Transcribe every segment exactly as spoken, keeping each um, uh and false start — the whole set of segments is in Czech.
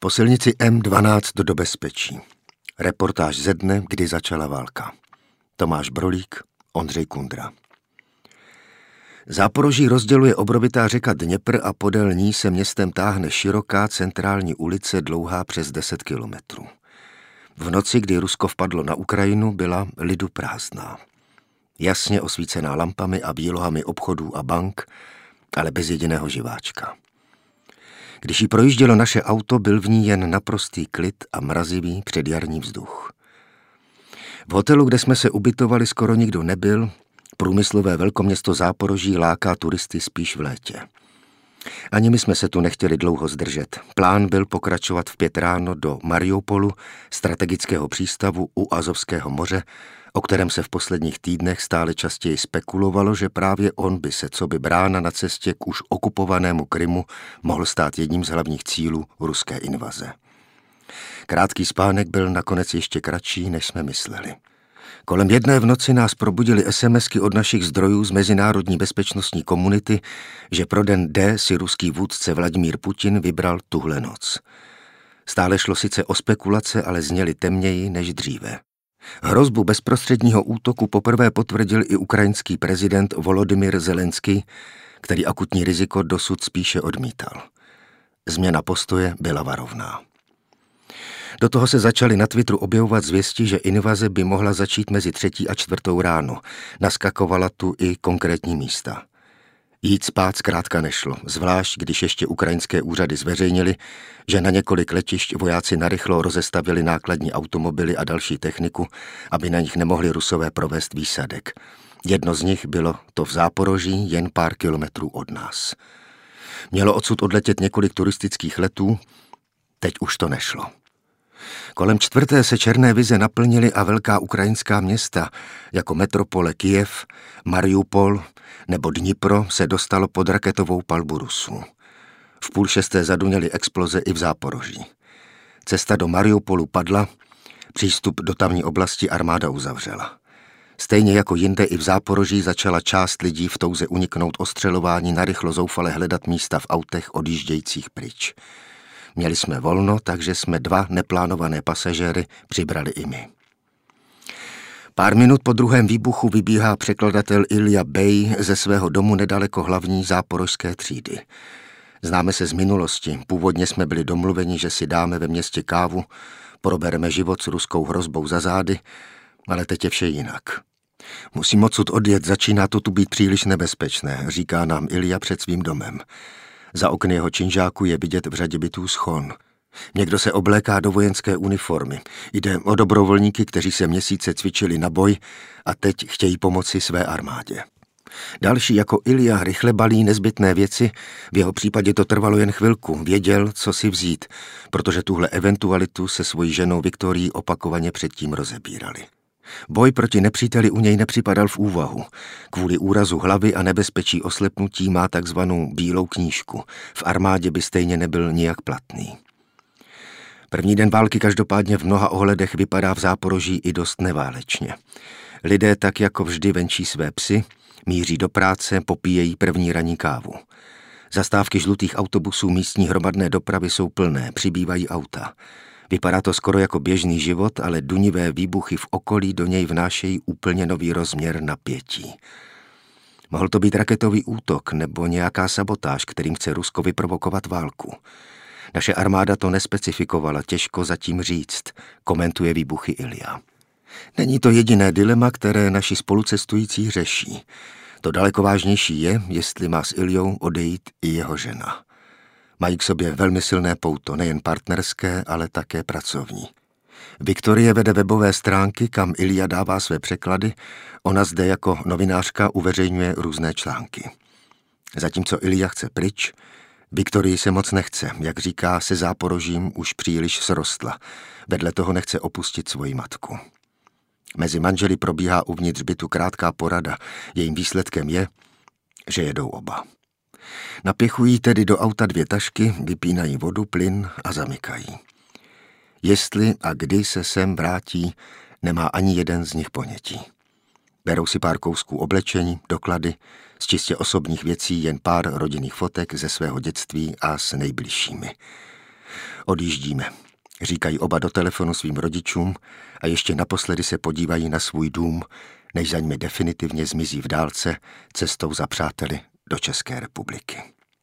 Po silnici M dvanáct do bezpečí. Reportáž ze dne, kdy začala válka. Tomáš Brolík, Ondřej Kundra. Záporoží rozděluje obrovitá řeka Dněpr a podél ní se městem táhne široká centrální ulice dlouhá přes deset kilometrů. V noci, kdy Rusko vpadlo na Ukrajinu, byla lidu prázdná. Jasně osvícená lampami a výlohami obchodů a bank, ale bez jediného živáčka. Když jí projíždělo naše auto, byl v ní jen naprostý klid a mrazivý předjarní vzduch. V hotelu, kde jsme se ubytovali, skoro nikdo nebyl. Průmyslové velkoměsto Záporoží láká turisty spíš v létě. Ani my jsme se tu nechtěli dlouho zdržet. Plán byl pokračovat v pět ráno do Mariupolu, strategického přístavu u Azovského moře, o kterém se v posledních týdnech stále častěji spekulovalo, že právě on by se coby brána na cestě k už okupovanému Krymu mohl stát jedním z hlavních cílů ruské invaze. Krátký spánek byl nakonec ještě kratší, než jsme mysleli. Kolem jedné v noci nás probudili SMSky od našich zdrojů z mezinárodní bezpečnostní komunity, že pro den D si ruský vůdce Vladimír Putin vybral tuhle noc. Stále šlo sice o spekulace, ale zněly temněji než dříve. Hrozbu bezprostředního útoku poprvé potvrdil i ukrajinský prezident Volodymyr Zelenský, který akutní riziko dosud spíše odmítal. Změna postoje byla varovná. Do toho se začaly na Twitteru objevovat zvěsti, že invaze by mohla začít mezi třetí a čtvrtou ráno. Naskakovala tu i konkrétní místa. Jít spát zkrátka nešlo, zvlášť když ještě ukrajinské úřady zveřejnili, že na několik letišť vojáci narychlo rozestavili nákladní automobily a další techniku, aby na nich nemohli Rusové provést výsadek. Jedno z nich bylo to v Záporoží, jen pár kilometrů od nás. Mělo odsud odletět několik turistických letů, teď už to nešlo. Kolem čtvrté se černé vize naplnily a velká ukrajinská města, jako metropole Kyjev, Mariupol nebo Dnipro, se dostalo pod raketovou palbu Rusů. V půl šesté zaduněly exploze i v Záporoží. Cesta do Mariupolu padla, přístup do tamní oblasti armáda uzavřela. Stejně jako jinde i v Záporoží začala část lidí v touze uniknout ostřelování narychlo zoufale hledat místa v autech odjíždějících pryč. Měli jsme volno, takže jsme dva neplánované pasažéry přibrali i my. Pár minut po druhém výbuchu vybíhá překladatel Ilja Bej ze svého domu nedaleko hlavní záporožské třídy. Známe se z minulosti, původně jsme byli domluveni, že si dáme ve městě kávu, probereme život s ruskou hrozbou za zády, ale teď je vše jinak. Musím odsud odjet, začíná to tu být příliš nebezpečné, říká nám Ilja před svým domem. Za okny jeho činžáku je vidět v řadě bytů schon. Někdo se obléká do vojenské uniformy. Jde o dobrovolníky, kteří se měsíce cvičili na boj a teď chtějí pomoci své armádě. Další jako Ilja rychle balí nezbytné věci, v jeho případě to trvalo jen chvilku, věděl, co si vzít, protože tuhle eventualitu se svojí ženou Viktorií opakovaně předtím rozebírali. Boj proti nepříteli u něj nepřipadal v úvahu. Kvůli úrazu hlavy a nebezpečí oslepnutí má takzvanou bílou knížku. V armádě by stejně nebyl nijak platný. První den války každopádně v mnoha ohledech vypadá v Záporoží i dost neválečně. Lidé tak jako vždy venčí své psy, míří do práce, popíjejí první ranní kávu. Zastávky žlutých autobusů místní hromadné dopravy jsou plné, přibývají auta. Vypadá to skoro jako běžný život, ale dunivé výbuchy v okolí do něj vnášejí úplně nový rozměr napětí. Mohl to být raketový útok nebo nějaká sabotáž, kterým chce Rusko vyprovokovat válku. Naše armáda to nespecifikovala, těžko zatím říct, komentuje výbuchy Ilja. Není to jediné dilema, které naši spolucestující řeší. To daleko vážnější je, jestli má s Iljou odejít i jeho žena. Mají k sobě velmi silné pouto, nejen partnerské, ale také pracovní. Viktorie vede webové stránky, kam Ilja dává své překlady, ona zde jako novinářka uveřejňuje různé články. Zatímco Ilja chce pryč, Viktorii se moc nechce, jak říká, se Záporožím už příliš srostla. Vedle toho nechce opustit svoji matku. Mezi manželi probíhá uvnitř bytu krátká porada, jejím výsledkem je, že jedou oba. Napěchují tedy do auta dvě tašky, vypínají vodu, plyn a zamykají. Jestli a kdy se sem vrátí, nemá ani jeden z nich ponětí. Berou si pár kousků oblečení, doklady, z čistě osobních věcí jen pár rodinných fotek ze svého dětství a s nejbližšími. Odjíždíme, říkají oba do telefonu svým rodičům a ještě naposledy se podívají na svůj dům, než za nimi definitivně zmizí v dálce cestou za přáteli do České republiky.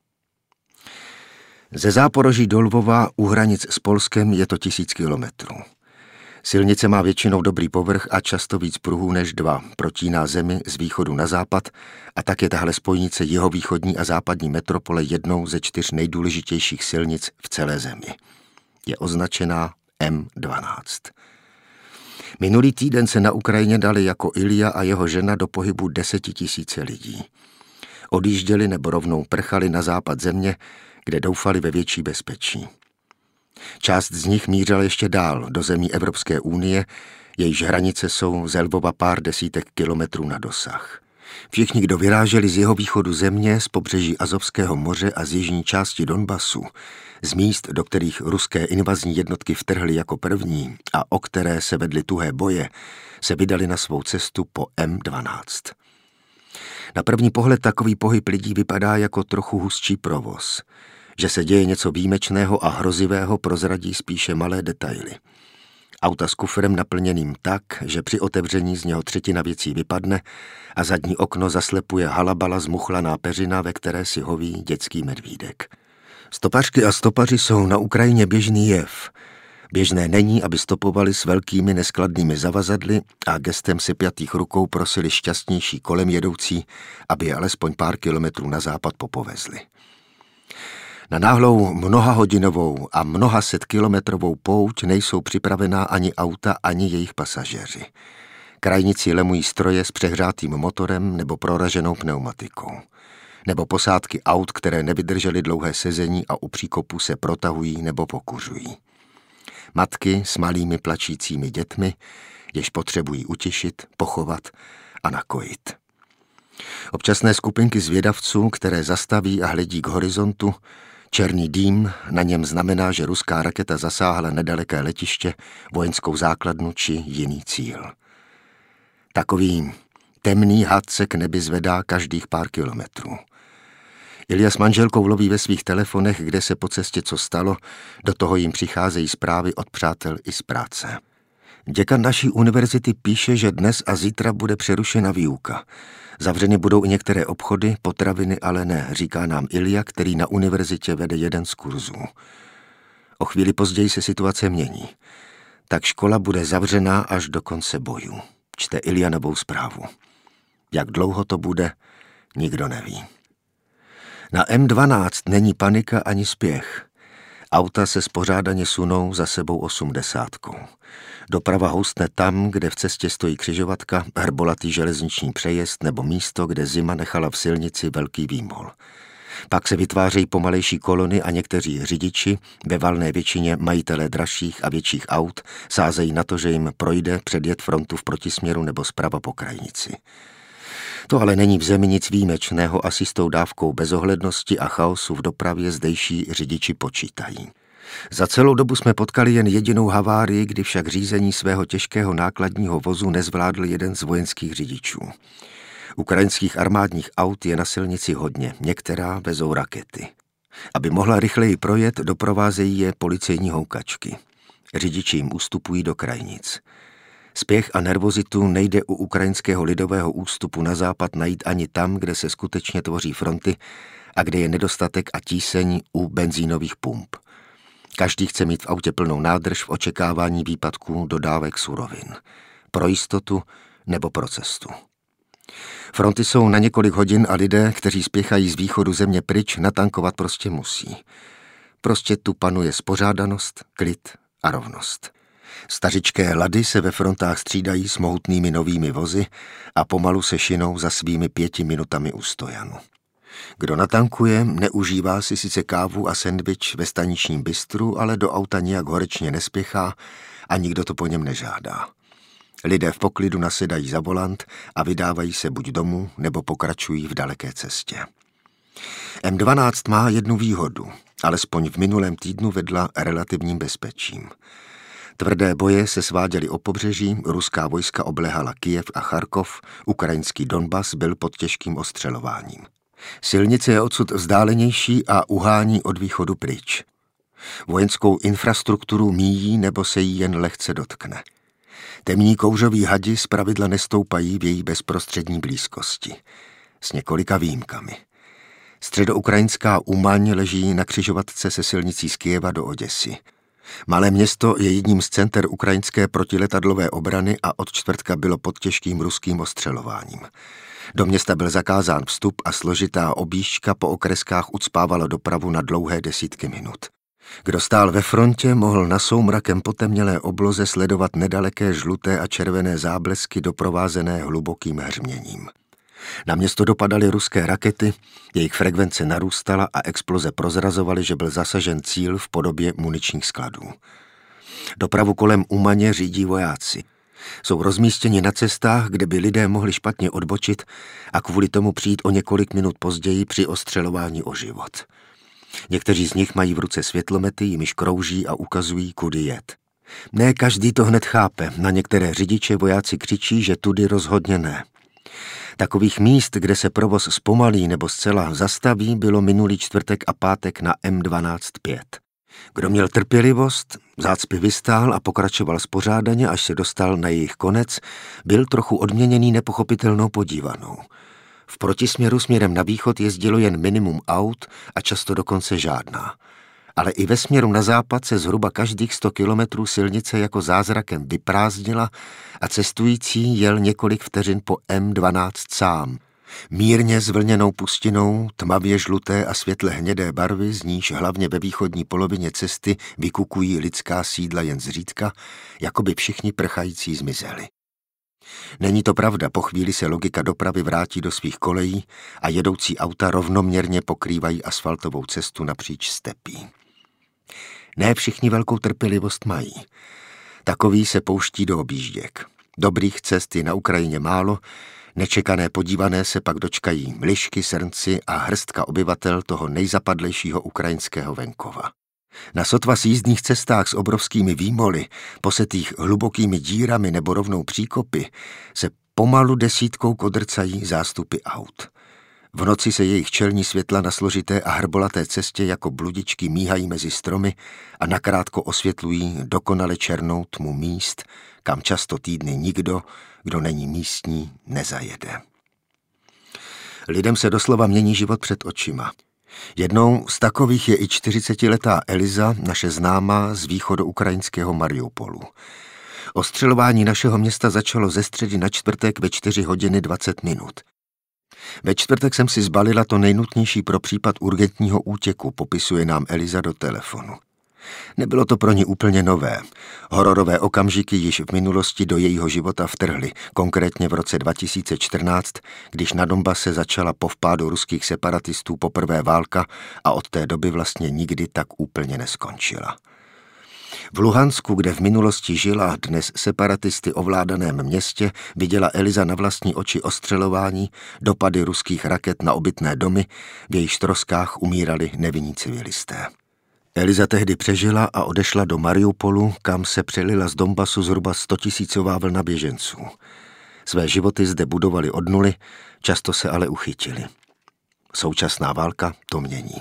Ze Záporoží do Lvova u hranic s Polskem je to tisíc kilometrů. Silnice má většinou dobrý povrch a často víc pruhů než dva, protíná zemi z východu na západ a tak je tahle spojnice jihovýchodní a západní metropole jednou ze čtyř nejdůležitějších silnic v celé zemi. Je označená M dvanáct. Minulý týden se na Ukrajině dali jako Ilja a jeho žena do pohybu desetitisíce lidí. Odjížděli nebo rovnou prchali na západ země, kde doufali ve větší bezpečí. Část z nich mířila ještě dál do zemí Evropské unie, jejíž hranice jsou z Lvova pár desítek kilometrů na dosah. Všichni, kdo vyráželi z jihovýchodu země, z pobřeží Azovského moře a z jižní části Donbasu, z míst, do kterých ruské invazní jednotky vtrhly jako první a o které se vedly tuhé boje, se vydali na svou cestu po M dvanáct. Na první pohled takový pohyb lidí vypadá jako trochu hustší provoz. Že se děje něco výjimečného a hrozivého, prozradí spíše malé detaily. Auta s kufrem naplněným tak, že při otevření z něho třetina věcí vypadne a zadní okno zaslepuje halabala zmuchlaná peřina, ve které si hoví dětský medvídek. Stopařky a stopaři jsou na Ukrajině běžný jev. Běžné není, aby stopovali s velkými neskladnými zavazadly a gestem sypjatých rukou prosili šťastnější kolem jedoucí, aby je alespoň pár kilometrů na západ popovezli. Na náhlou mnohahodinovou a mnoha set kilometrovou pouť nejsou připravená ani auta, ani jejich pasažéři. Krajníci lemují stroje s přehřátým motorem nebo proraženou pneumatikou. Nebo posádky aut, které nevydržely dlouhé sezení a u příkopu se protahují nebo pokuřují. Matky s malými plačícími dětmi, jež potřebují utěšit, pochovat a nakojit. Občasné skupinky zvědavců, které zastaví a hledí k horizontu, černý dým, na něm znamená, že ruská raketa zasáhla nedaleké letiště, vojenskou základnu či jiný cíl. Takový temný had se k nebi zvedá každých pár kilometrů. Ilja s manželkou loví ve svých telefonech, kde se po cestě co stalo, do toho jim přicházejí zprávy od přátel i z práce. Děkan naší univerzity píše, že dnes a zítra bude přerušena výuka. Zavřeny budou i některé obchody, potraviny ale ne, říká nám Ilja, který na univerzitě vede jeden z kurzů. O chvíli později se situace mění. Tak škola bude zavřená až do konce bojů. Čte Ilja novou zprávu. Jak dlouho to bude, nikdo neví. Na M dvanáct není panika ani spěch. Auta se spořádaně sunou za sebou osmdesátkou. Doprava houstne tam, kde v cestě stojí křižovatka, hrbolatý železniční přejezd nebo místo, kde zima nechala v silnici velký výmol. Pak se vytvářejí pomalejší kolony a někteří řidiči, ve valné většině majitelé dražších a větších aut, sázejí na to, že jim projde předjet frontu v protisměru nebo zprava po krajnici. To ale není v zemi nic výjimečného a si s tou dávkou bezohlednosti a chaosu v dopravě zdejší řidiči počítají. Za celou dobu jsme potkali jen jedinou havárii, kdy však řízení svého těžkého nákladního vozu nezvládl jeden z vojenských řidičů. Ukrajinských armádních aut je na silnici hodně, některá vezou rakety. Aby mohla rychleji projet, doprovázejí je policejní houkačky. Řidiči jim ustupují do krajnic. Spěch a nervozitu nejde u ukrajinského lidového ústupu na západ najít ani tam, kde se skutečně tvoří fronty a kde je nedostatek a tíseň u benzínových pump. Každý chce mít v autě plnou nádrž v očekávání výpadků dodávek surovin. Pro jistotu nebo pro cestu. Fronty jsou na několik hodin a lidé, kteří spěchají z východu země pryč, natankovat prostě musí. Prostě tu panuje spořádanost, klid a rovnost. Stařičké lady se ve frontách střídají s mohutnými novými vozy a pomalu se šinou za svými pěti minutami u stojanu. Kdo natankuje, neužívá si sice kávu a sendvič ve staničním bistru, ale do auta nijak horečně nespěchá a nikdo to po něm nežádá. Lidé v poklidu nasedají za volant a vydávají se buď domů, nebo pokračují v daleké cestě. M dvanáct má jednu výhodu, alespoň v minulém týdnu vedla relativním bezpečím. Tvrdé boje se sváděly o pobřeží, ruská vojska oblehala Kyjev a Charkov, ukrajinský Donbas byl pod těžkým ostřelováním. Silnice je odsud vzdálenější a uhání od východu pryč. Vojenskou infrastrukturu míjí nebo se jí jen lehce dotkne. Temní kouřoví hadi zpravidla nestoupají v její bezprostřední blízkosti. S několika výjimkami. Středoukrajinská Umaň leží na křižovatce se silnicí z Kyjeva do Oděsy. Malé město je jedním z center ukrajinské protiletadlové obrany a od čtvrtka bylo pod těžkým ruským ostřelováním. Do města byl zakázán vstup a složitá objížďka po okreskách ucpávala dopravu na dlouhé desítky minut. Kdo stál ve frontě, mohl na soumrakem potemnělé obloze sledovat nedaleké žluté a červené záblesky doprovázené hlubokým hřměním. Na město dopadaly ruské rakety, jejich frekvence narůstala a exploze prozrazovaly, že byl zasažen cíl v podobě muničních skladů. Dopravu kolem Umaně řídí vojáci. Jsou rozmístěni na cestách, kde by lidé mohli špatně odbočit a kvůli tomu přijít o několik minut později při ostřelování o život. Někteří z nich mají v ruce světlomety, jimiž krouží a ukazují, kudy jet. Ne každý to hned chápe, na některé řidiče vojáci křičí, že tudy rozhodně ne. Takových míst, kde se provoz zpomalí nebo zcela zastaví, bylo minulý čtvrtek a pátek na M dvanáct pět. Kdo měl trpělivost, zácpy vystál a pokračoval spořádaně, až se dostal na jejich konec, byl trochu odměněný nepochopitelnou podívanou. V protisměru směrem na východ jezdilo jen minimum aut a často dokonce žádná. Ale i ve směru na západ se zhruba každých sto kilometrů silnice jako zázrakem vyprázdnila a cestující jel několik vteřin po M dvanáct sám. Mírně zvlněnou pustinou, tmavě žluté a světle hnědé barvy, z níž hlavně ve východní polovině cesty vykukují lidská sídla jen zřídka, jako by všichni prchající zmizeli. Není to pravda, po chvíli se logika dopravy vrátí do svých kolejí a jedoucí auta rovnoměrně pokrývají asfaltovou cestu napříč stepí. Ne všichni velkou trpělivost mají. Takový se pouští do objížděk. Dobrých cest je na Ukrajině málo, nečekané podívané se pak dočkají mlišky, srnci a hrstka obyvatel toho nejzapadlejšího ukrajinského venkova. Na sotva sjízdních cestách s obrovskými výmoly, posetých hlubokými dírami nebo rovnou příkopy, se pomalu desítkou kodrcají zástupy aut. V noci se jejich čelní světla na složité a hrbolaté cestě jako bludičky míhají mezi stromy a nakrátko osvětlují dokonale černou tmu míst, kam často týdny nikdo, kdo není místní, nezajede. Lidem se doslova mění život před očima. Jednou z takových je i čtyřicetiletá Eliza, naše známá z východoukrajinského Mariupolu. Ostřelování našeho města začalo ze středy na čtvrtek ve čtyři hodiny dvacet minut. Ve čtvrtek jsem si zbalila to nejnutnější pro případ urgentního útěku, popisuje nám Eliza do telefonu. Nebylo to pro ní úplně nové. Hororové okamžiky již v minulosti do jejího života vtrhly, konkrétně v roce dva tisíce čtrnáct, když na Donbase začala po vpádu ruských separatistů poprvé válka a od té doby vlastně nikdy tak úplně neskončila. V Luhansku, kde v minulosti žila, dnes separatisty ovládaném městě, viděla Eliza na vlastní oči ostřelování, dopady ruských raket na obytné domy, v jejich troskách umírali nevinní civilisté. Eliza tehdy přežila a odešla do Mariupolu, kam se přelila z Donbasu zhruba stotisícová vlna běženců. Své životy zde budovali od nuly, často se ale uchytili. Současná válka to mění.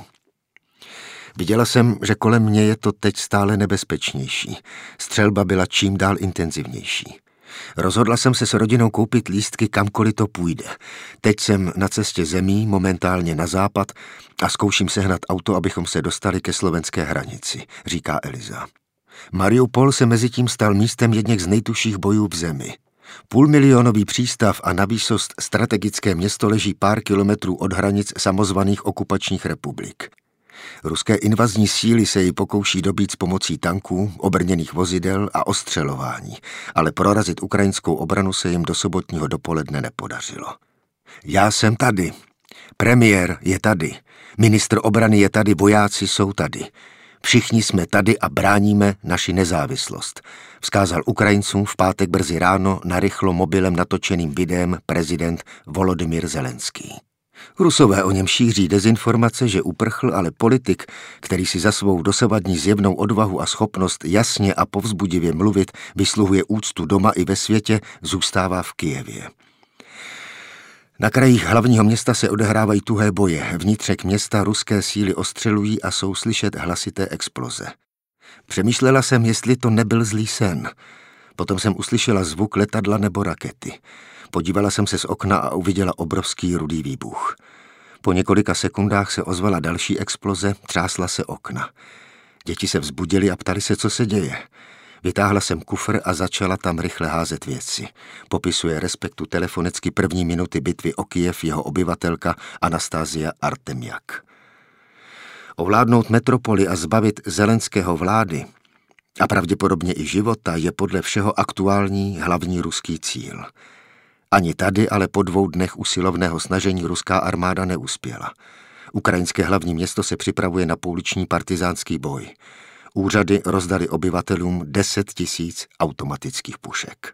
Viděla jsem, že kolem mě je to teď stále nebezpečnější. Střelba byla čím dál intenzivnější. Rozhodla jsem se s rodinou koupit lístky kamkoliv to půjde. Teď jsem na cestě zemí, momentálně na západ, a zkouším sehnat auto, abychom se dostali ke slovenské hranici, říká Eliza. Mariupol se mezitím stal místem jedněch z nejtužších bojů v zemi. Půlmilionový přístav a navýsost strategické město leží pár kilometrů od hranic samozvaných okupačních republik. Ruské invazní síly se jej pokouší dobít s pomocí tanků, obrněných vozidel a ostřelování, ale prorazit ukrajinskou obranu se jim do sobotního dopoledne nepodařilo. Já jsem tady. Premiér je tady. Ministr obrany je tady, vojáci jsou tady. Všichni jsme tady a bráníme naši nezávislost, vzkázal Ukrajincům v pátek brzy ráno narychlo mobilem natočeným videem prezident Volodymyr Zelenský. Rusové o něm šíří dezinformace, že uprchl, ale politik, který si za svou dosavadní zjevnou odvahu a schopnost jasně a povzbudivě mluvit vysluhuje úctu doma i ve světě, zůstává v Kyjevě. Na krajích hlavního města se odehrávají tuhé boje. Vnitřek města ruské síly ostřelují a jsou slyšet hlasité exploze. Přemýšlela jsem, jestli to nebyl zlý sen. Potom jsem uslyšela zvuk letadla nebo rakety. Podívala jsem se z okna a uviděla obrovský rudý výbuch. Po několika sekundách se ozvala další exploze, třásla se okna. Děti se vzbudily a ptali se, co se děje. Vytáhla jsem kufr a začala tam rychle házet věci. Popisuje Respektu telefonicky první minuty bitvy o Kyjev jeho obyvatelka Anastázia Artemjak. Ovládnout metropoli a zbavit Zelenského vlády a pravděpodobně i života je podle všeho aktuální hlavní ruský cíl. Ani tady, ale po dvou dnech usilovného snažení ruská armáda neuspěla. Ukrajinské hlavní město se připravuje na pouliční partizánský boj. Úřady rozdali obyvatelům deset tisíc automatických pušek.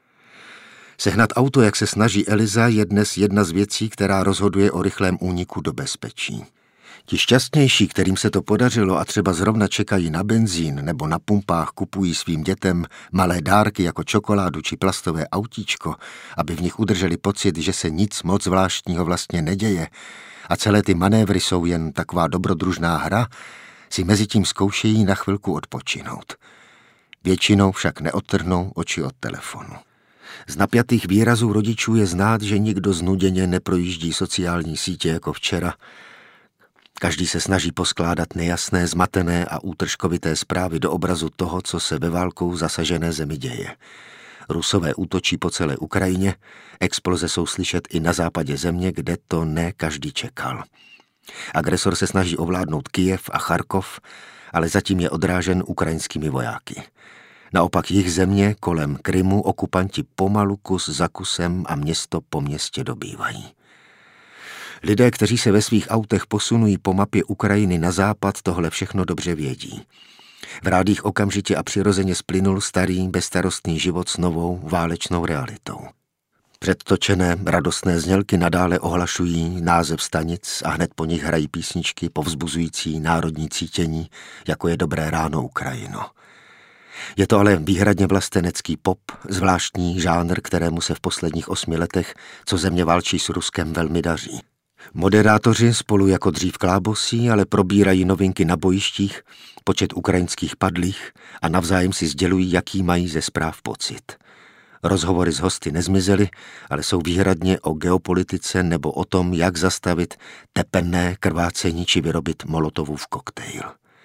Sehnat auto, jak se snaží Eliza, je dnes jedna z věcí, která rozhoduje o rychlém úniku do bezpečí. Ti šťastnější, kterým se to podařilo a třeba zrovna čekají na benzín nebo na pumpách kupují svým dětem malé dárky jako čokoládu či plastové autíčko, aby v nich udrželi pocit, že se nic moc zvláštního vlastně neděje a celé ty manévry jsou jen taková dobrodružná hra, si mezitím zkoušejí na chvilku odpočinout. Většinou však neodtrhnou oči od telefonu. Z napjatých výrazů rodičů je znát, že nikdo znuděně neprojíždí sociální sítě jako včera. Každý se snaží poskládat nejasné, zmatené a útržkovité zprávy do obrazu toho, co se ve válkou zasažené zemi děje. Rusové útočí po celé Ukrajině, exploze jsou slyšet i na západě země, kde to ne každý čekal. Agresor se snaží ovládnout Kyjev a Charkov, ale zatím je odrážen ukrajinskými vojáky. Naopak jih země kolem Krymu okupanti pomalu kus za kusem a město po městě dobývají. Lidé, kteří se ve svých autech posunují po mapě Ukrajiny na západ, tohle všechno dobře vědí. V rádích okamžitě a přirozeně splynul starý, bezstarostný život s novou válečnou realitou. Předtočené, radostné znělky nadále ohlašují název stanic a hned po nich hrají písničky povzbuzující národní cítění, jako je Dobré ráno Ukrajino. Je to ale výhradně vlastenecký pop, zvláštní žánr, kterému se v posledních osmi letech, co země válčí s Ruskem, velmi daří. Moderátoři spolu jako dřív klábosí, ale probírají novinky na bojištích, počet ukrajinských padlých a navzájem si sdělují, jaký mají ze zpráv pocit. Rozhovory s hosty nezmizely, ale jsou výhradně o geopolitice nebo o tom, jak zastavit tepenné krvácení či vyrobit Molotovův koktejl.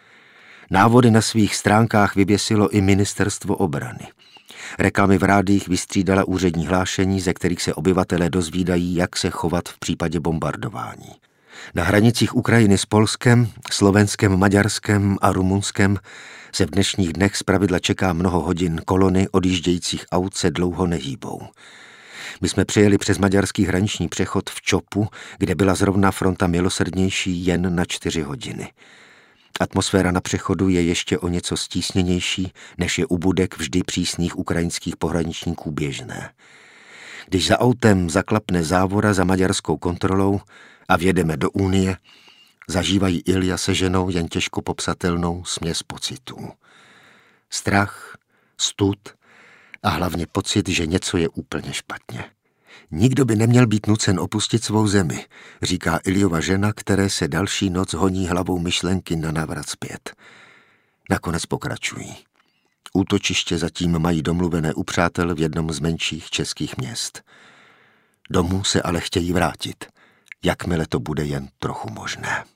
Návody na svých stránkách vyvěsilo i ministerstvo obrany. Reklamy v rádích vystřídala úřední hlášení, ze kterých se obyvatelé dozvídají, jak se chovat v případě bombardování. Na hranicích Ukrajiny s Polskem, Slovenskem, Maďarskem a Rumunskem se v dnešních dnech zpravidla čeká mnoho hodin, kolony odjíždějících aut se dlouho nehýbou. My jsme přejeli přes maďarský hraniční přechod v Čopu, kde byla zrovna fronta milosrdnější jen na čtyři hodiny. Atmosféra na přechodu je ještě o něco stísněnější, než je u budek vždy přísných ukrajinských pohraničníků běžné. Když za autem zaklapne závora za maďarskou kontrolou a vjedeme do Unie, zažívají Ilja se ženou jen těžko popsatelnou směs pocitů. Strach, stud a hlavně pocit, že něco je úplně špatně. Nikdo by neměl být nucen opustit svou zemi, říká Iljova žena, které se další noc honí hlavou myšlenky na návrat zpět. Nakonec pokračují. Útočiště zatím mají domluvené u přátel v jednom z menších českých měst. Domů se ale chtějí vrátit, jakmile to bude jen trochu možné.